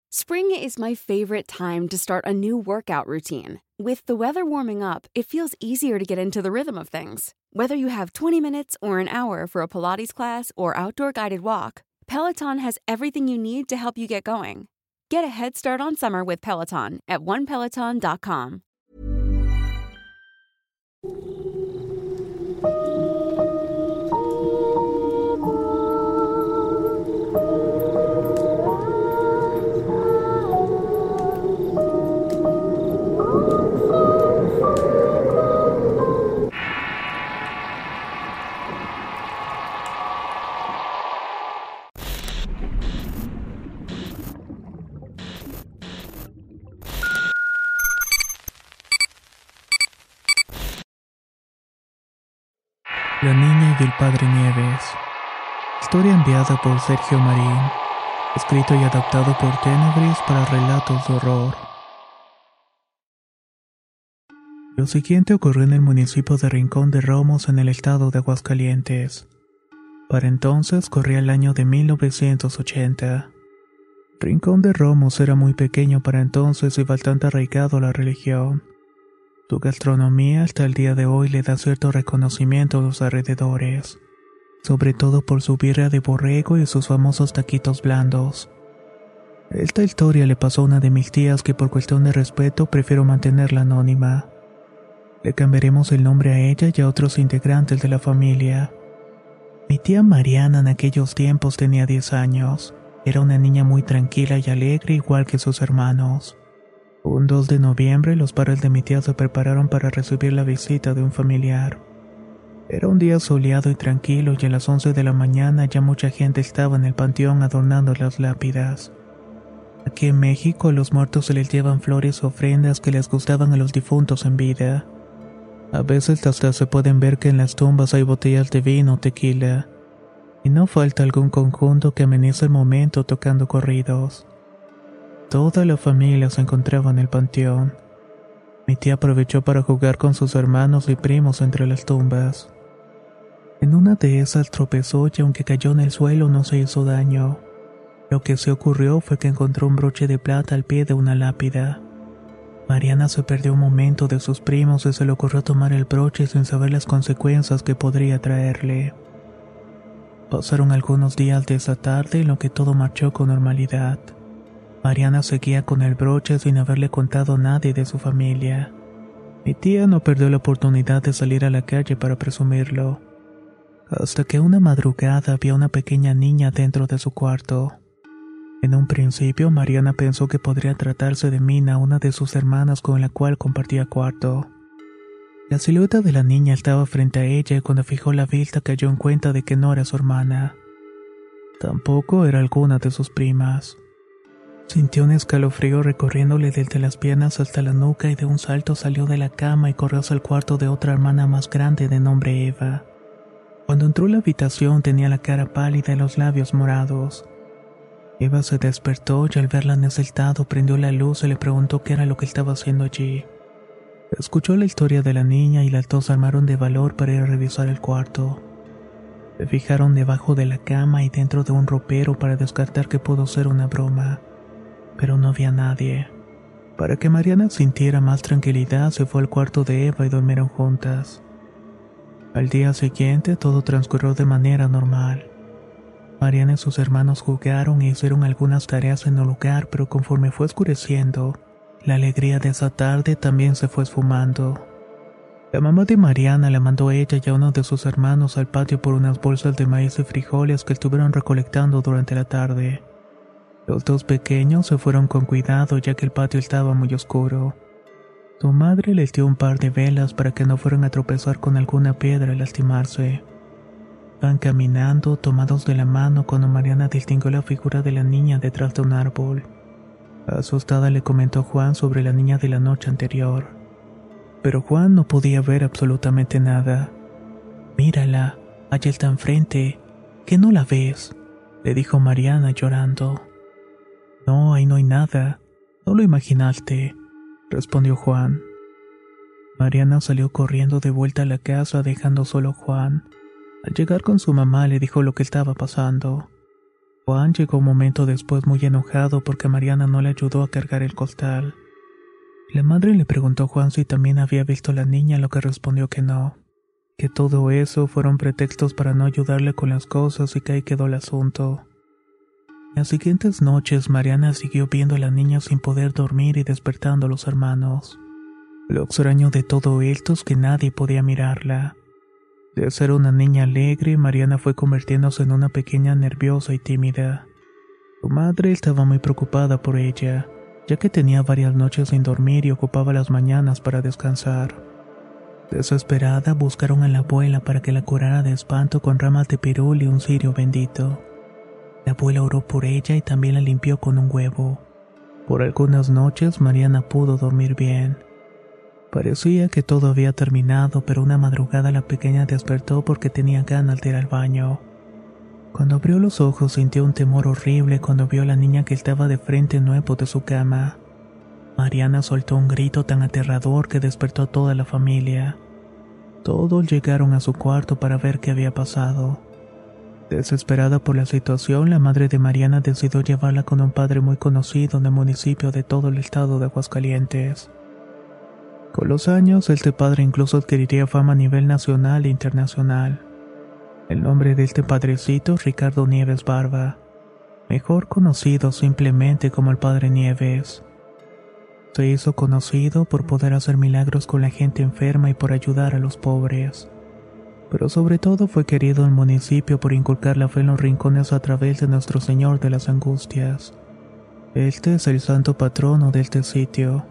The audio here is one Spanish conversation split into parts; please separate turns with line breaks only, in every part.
Spring is my favorite time to start a new workout routine. With the weather warming up, it feels easier to get into the rhythm of things. Whether you have 20 minutes or an hour for a Pilates class or outdoor guided walk, Peloton has everything you need to help you get going. Get a head start on summer with Peloton at onepeloton.com.
La niña y el padre Nieves. Historia enviada por Sergio Marín. Escrito y adaptado por Tenebris para relatos de horror. Lo siguiente ocurrió en el municipio de Rincón de Romos, en el estado de Aguascalientes. Para entonces corría el año de 1980. Rincón de Romos era muy pequeño para entonces y bastante arraigado a la religión. Su gastronomía hasta el día de hoy le da cierto reconocimiento a los alrededores, sobre todo por su birria de borrego y sus famosos taquitos blandos. Esta historia le pasó a una de mis tías que por cuestión de respeto prefiero mantenerla anónima. Le cambiaremos el nombre a ella y a otros integrantes de la familia. Mi tía Mariana en aquellos tiempos tenía 10 años. Era una niña muy tranquila y alegre, igual que sus hermanos. Un 2 de noviembre, los padres de mi tía se prepararon para recibir la visita de un familiar. Era un día soleado y tranquilo y a las 11 de la mañana ya mucha gente estaba en el panteón adornando las lápidas. Aquí en México a los muertos se les llevan flores o ofrendas que les gustaban a los difuntos en vida. A veces hasta se pueden ver que en las tumbas hay botellas de vino o tequila. Y no falta algún conjunto que amenice el momento tocando corridos. Toda la familia se encontraba en el panteón. Mi tía aprovechó para jugar con sus hermanos y primos entre las tumbas. En una de esas tropezó y aunque cayó en el suelo no se hizo daño. Lo que se ocurrió fue que encontró un broche de plata al pie de una lápida. Mariana se perdió un momento de sus primos y se le ocurrió tomar el broche sin saber las consecuencias que podría traerle. Pasaron algunos días de esa tarde en lo que todo marchó con normalidad. Mariana seguía con el broche sin haberle contado a nadie de su familia. Mi tía no perdió la oportunidad de salir a la calle para presumirlo. Hasta que una madrugada vio a una pequeña niña dentro de su cuarto. En un principio, Mariana pensó que podría tratarse de Mina, una de sus hermanas con la cual compartía cuarto. La silueta de la niña estaba frente a ella y cuando fijó la vista cayó en cuenta de que no era su hermana. Tampoco era alguna de sus primas. Sintió un escalofrío recorriéndole desde las piernas hasta la nuca y de un salto salió de la cama y corrió hacia el cuarto de otra hermana más grande de nombre Eva. Cuando entró a la habitación tenía la cara pálida y los labios morados. Eva se despertó y al verla en ese estado prendió la luz y le preguntó qué era lo que estaba haciendo allí. Escuchó la historia de la niña y las dos armaron de valor para ir a revisar el cuarto. Se fijaron debajo de la cama y dentro de un ropero para descartar que pudo ser una broma. Pero no había nadie. Para que Mariana sintiera más tranquilidad, se fue al cuarto de Eva y durmieron juntas. Al día siguiente, todo transcurrió de manera normal. Mariana y sus hermanos jugaron e hicieron algunas tareas en el lugar, pero conforme fue oscureciendo, la alegría de esa tarde también se fue esfumando. La mamá de Mariana la mandó a ella y a uno de sus hermanos al patio por unas bolsas de maíz y frijoles que estuvieron recolectando durante la tarde. Los dos pequeños se fueron con cuidado ya que el patio estaba muy oscuro. Su madre les dio un par de velas para que no fueran a tropezar con alguna piedra y lastimarse. Van caminando, tomados de la mano, cuando Mariana distinguió la figura de la niña detrás de un árbol. Asustada le comentó a Juan sobre la niña de la noche anterior. Pero Juan no podía ver absolutamente nada. «Mírala, allá está enfrente. ¿Qué no la ves?», le dijo Mariana llorando. «No, ahí no hay nada. No lo imaginaste», respondió Juan. Mariana salió corriendo de vuelta a la casa dejando solo a Juan. Al llegar con su mamá le dijo lo que estaba pasando. Juan llegó un momento después muy enojado porque Mariana no le ayudó a cargar el costal. La madre le preguntó a Juan si también había visto a la niña, lo que respondió que no, que todo eso fueron pretextos para no ayudarle con las cosas y que ahí quedó el asunto. Las siguientes noches Mariana siguió viendo a la niña sin poder dormir y despertando a los hermanos. Lo extraño de todo esto es que nadie podía mirarla. De ser una niña alegre, Mariana fue convirtiéndose en una pequeña nerviosa y tímida. Su madre estaba muy preocupada por ella, ya que tenía varias noches sin dormir y ocupaba las mañanas para descansar. Desesperada, buscaron a la abuela para que la curara de espanto con ramas de pirul y un cirio bendito. La abuela oró por ella y también la limpió con un huevo. Por algunas noches Mariana pudo dormir bien. Parecía que todo había terminado, pero una madrugada la pequeña despertó porque tenía ganas de ir al baño. Cuando abrió los ojos sintió un temor horrible cuando vio a la niña que estaba de frente nuevo de su cama. Mariana soltó un grito tan aterrador que despertó a toda la familia. Todos llegaron a su cuarto para ver qué había pasado. Desesperada por la situación, la madre de Mariana decidió llevarla con un padre muy conocido en el municipio de todo el estado de Aguascalientes. Con los años, este padre incluso adquiriría fama a nivel nacional e internacional. El nombre de este padrecito es Ricardo Nieves Barba, mejor conocido simplemente como el Padre Nieves. Se hizo conocido por poder hacer milagros con la gente enferma y por ayudar a los pobres. Pero sobre todo fue querido en el municipio por inculcar la fe en los rincones a través de Nuestro Señor de las Angustias. Este es el santo patrono de este sitio.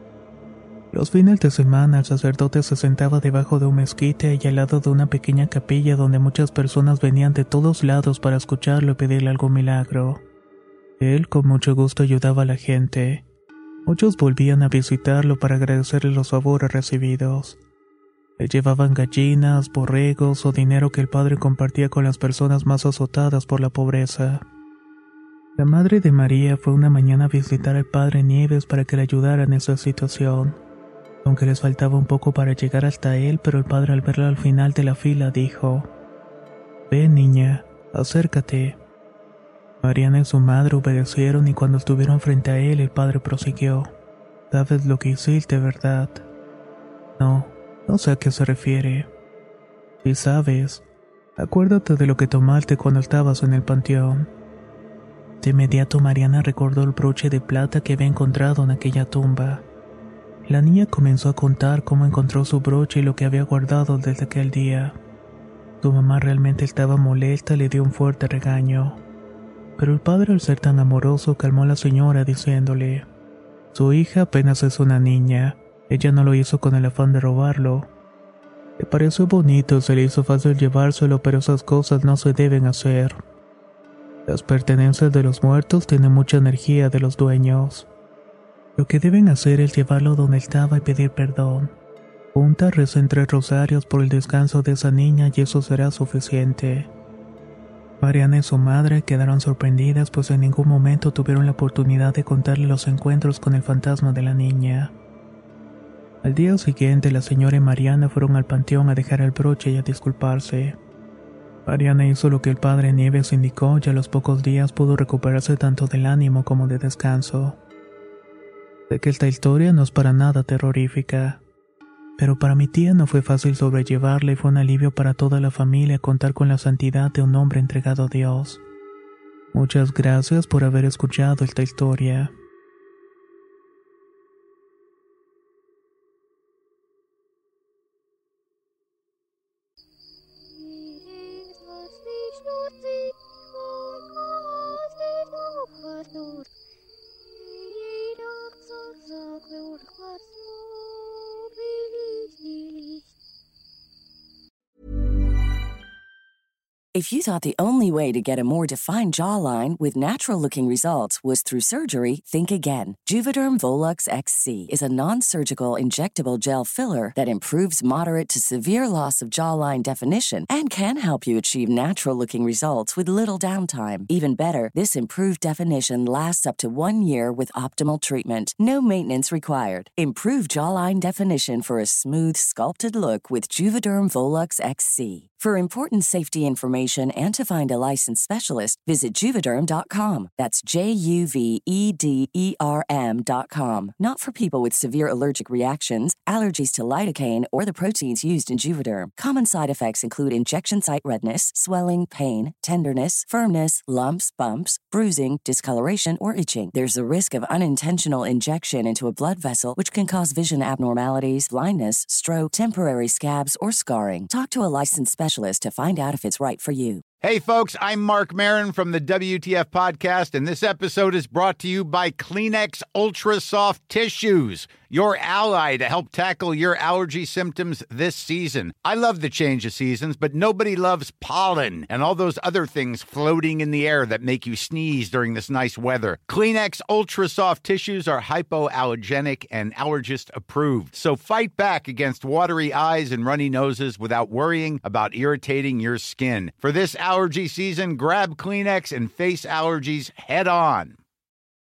Los fines de semana el sacerdote se sentaba debajo de un mezquite y al lado de una pequeña capilla donde muchas personas venían de todos lados para escucharlo y pedirle algún milagro. Él con mucho gusto ayudaba a la gente. Muchos volvían a visitarlo para agradecerle los favores recibidos. Le llevaban gallinas, borregos o dinero que el padre compartía con las personas más azotadas por la pobreza. La madre de María fue una mañana a visitar al Padre Nieves para que le ayudara en esa situación. Aunque les faltaba un poco para llegar hasta él, pero el padre al verla al final de la fila dijo: «Ven, niña, acércate». Mariana y su madre obedecieron y cuando estuvieron frente a él, el padre prosiguió: «¿Sabes lo que hiciste, verdad?» «No sé a qué se refiere». «Sí sabes. Acuérdate de lo que tomaste cuando estabas en el panteón». De inmediato Mariana recordó el broche de plata que había encontrado en aquella tumba. La niña comenzó a contar cómo encontró su broche y lo que había guardado desde aquel día. Su mamá realmente estaba molesta y le dio un fuerte regaño. Pero el padre, al ser tan amoroso, calmó a la señora diciéndole: «Su hija apenas es una niña. Ella no lo hizo con el afán de robarlo. Le pareció bonito, se le hizo fácil llevárselo, pero esas cosas no se deben hacer. Las pertenencias de los muertos tienen mucha energía de los dueños. Lo que deben hacer es llevarlo donde estaba y pedir perdón. Juntas recen 3 rosarios por el descanso de esa niña y eso será suficiente». Mariana y su madre quedaron sorprendidas, pues en ningún momento tuvieron la oportunidad de contarle los encuentros con el fantasma de la niña. Al día siguiente, la señora y Mariana fueron al panteón a dejar el broche y a disculparse. Mariana hizo lo que el Padre Nieves indicó y a los pocos días pudo recuperarse tanto del ánimo como de descanso. Sé que esta historia no es para nada terrorífica, pero para mi tía no fue fácil sobrellevarla y fue un alivio para toda la familia contar con la santidad de un hombre entregado a Dios. Muchas gracias por haber escuchado esta historia.
If you thought the only way to get a more defined jawline with natural-looking results was through surgery, think again. Juvederm Volux XC is a non-surgical injectable gel filler that improves moderate to severe loss of jawline definition and can help you achieve natural-looking results with little downtime. Even better, this improved definition lasts up to 1 year with optimal treatment. No maintenance required. Improve jawline definition for a smooth, sculpted look with Juvederm Volux XC. For important safety information and to find a licensed specialist, visit Juvederm.com. That's JUVEDERM.com. Not for people with severe allergic reactions, allergies to lidocaine, or the proteins used in Juvederm. Common side effects include injection site redness, swelling, pain, tenderness, firmness, lumps, bumps, bruising, discoloration, or itching. There's a risk of unintentional injection into a blood vessel, which can cause vision abnormalities, blindness, stroke, temporary scabs, or scarring. Talk to a licensed specialist to find out if it's right for you.
Hey folks, I'm Mark Maron from the WTF Podcast, and this episode is brought to you by Kleenex Ultra Soft Tissues, your ally to help tackle your allergy symptoms this season. I love the change of seasons, but nobody loves pollen and all those other things floating in the air that make you sneeze during this nice weather. Kleenex Ultra Soft Tissues are hypoallergenic and allergist approved, so fight back against watery eyes and runny noses without worrying about irritating your skin. For this allergy season, grab Kleenex and face allergies head on.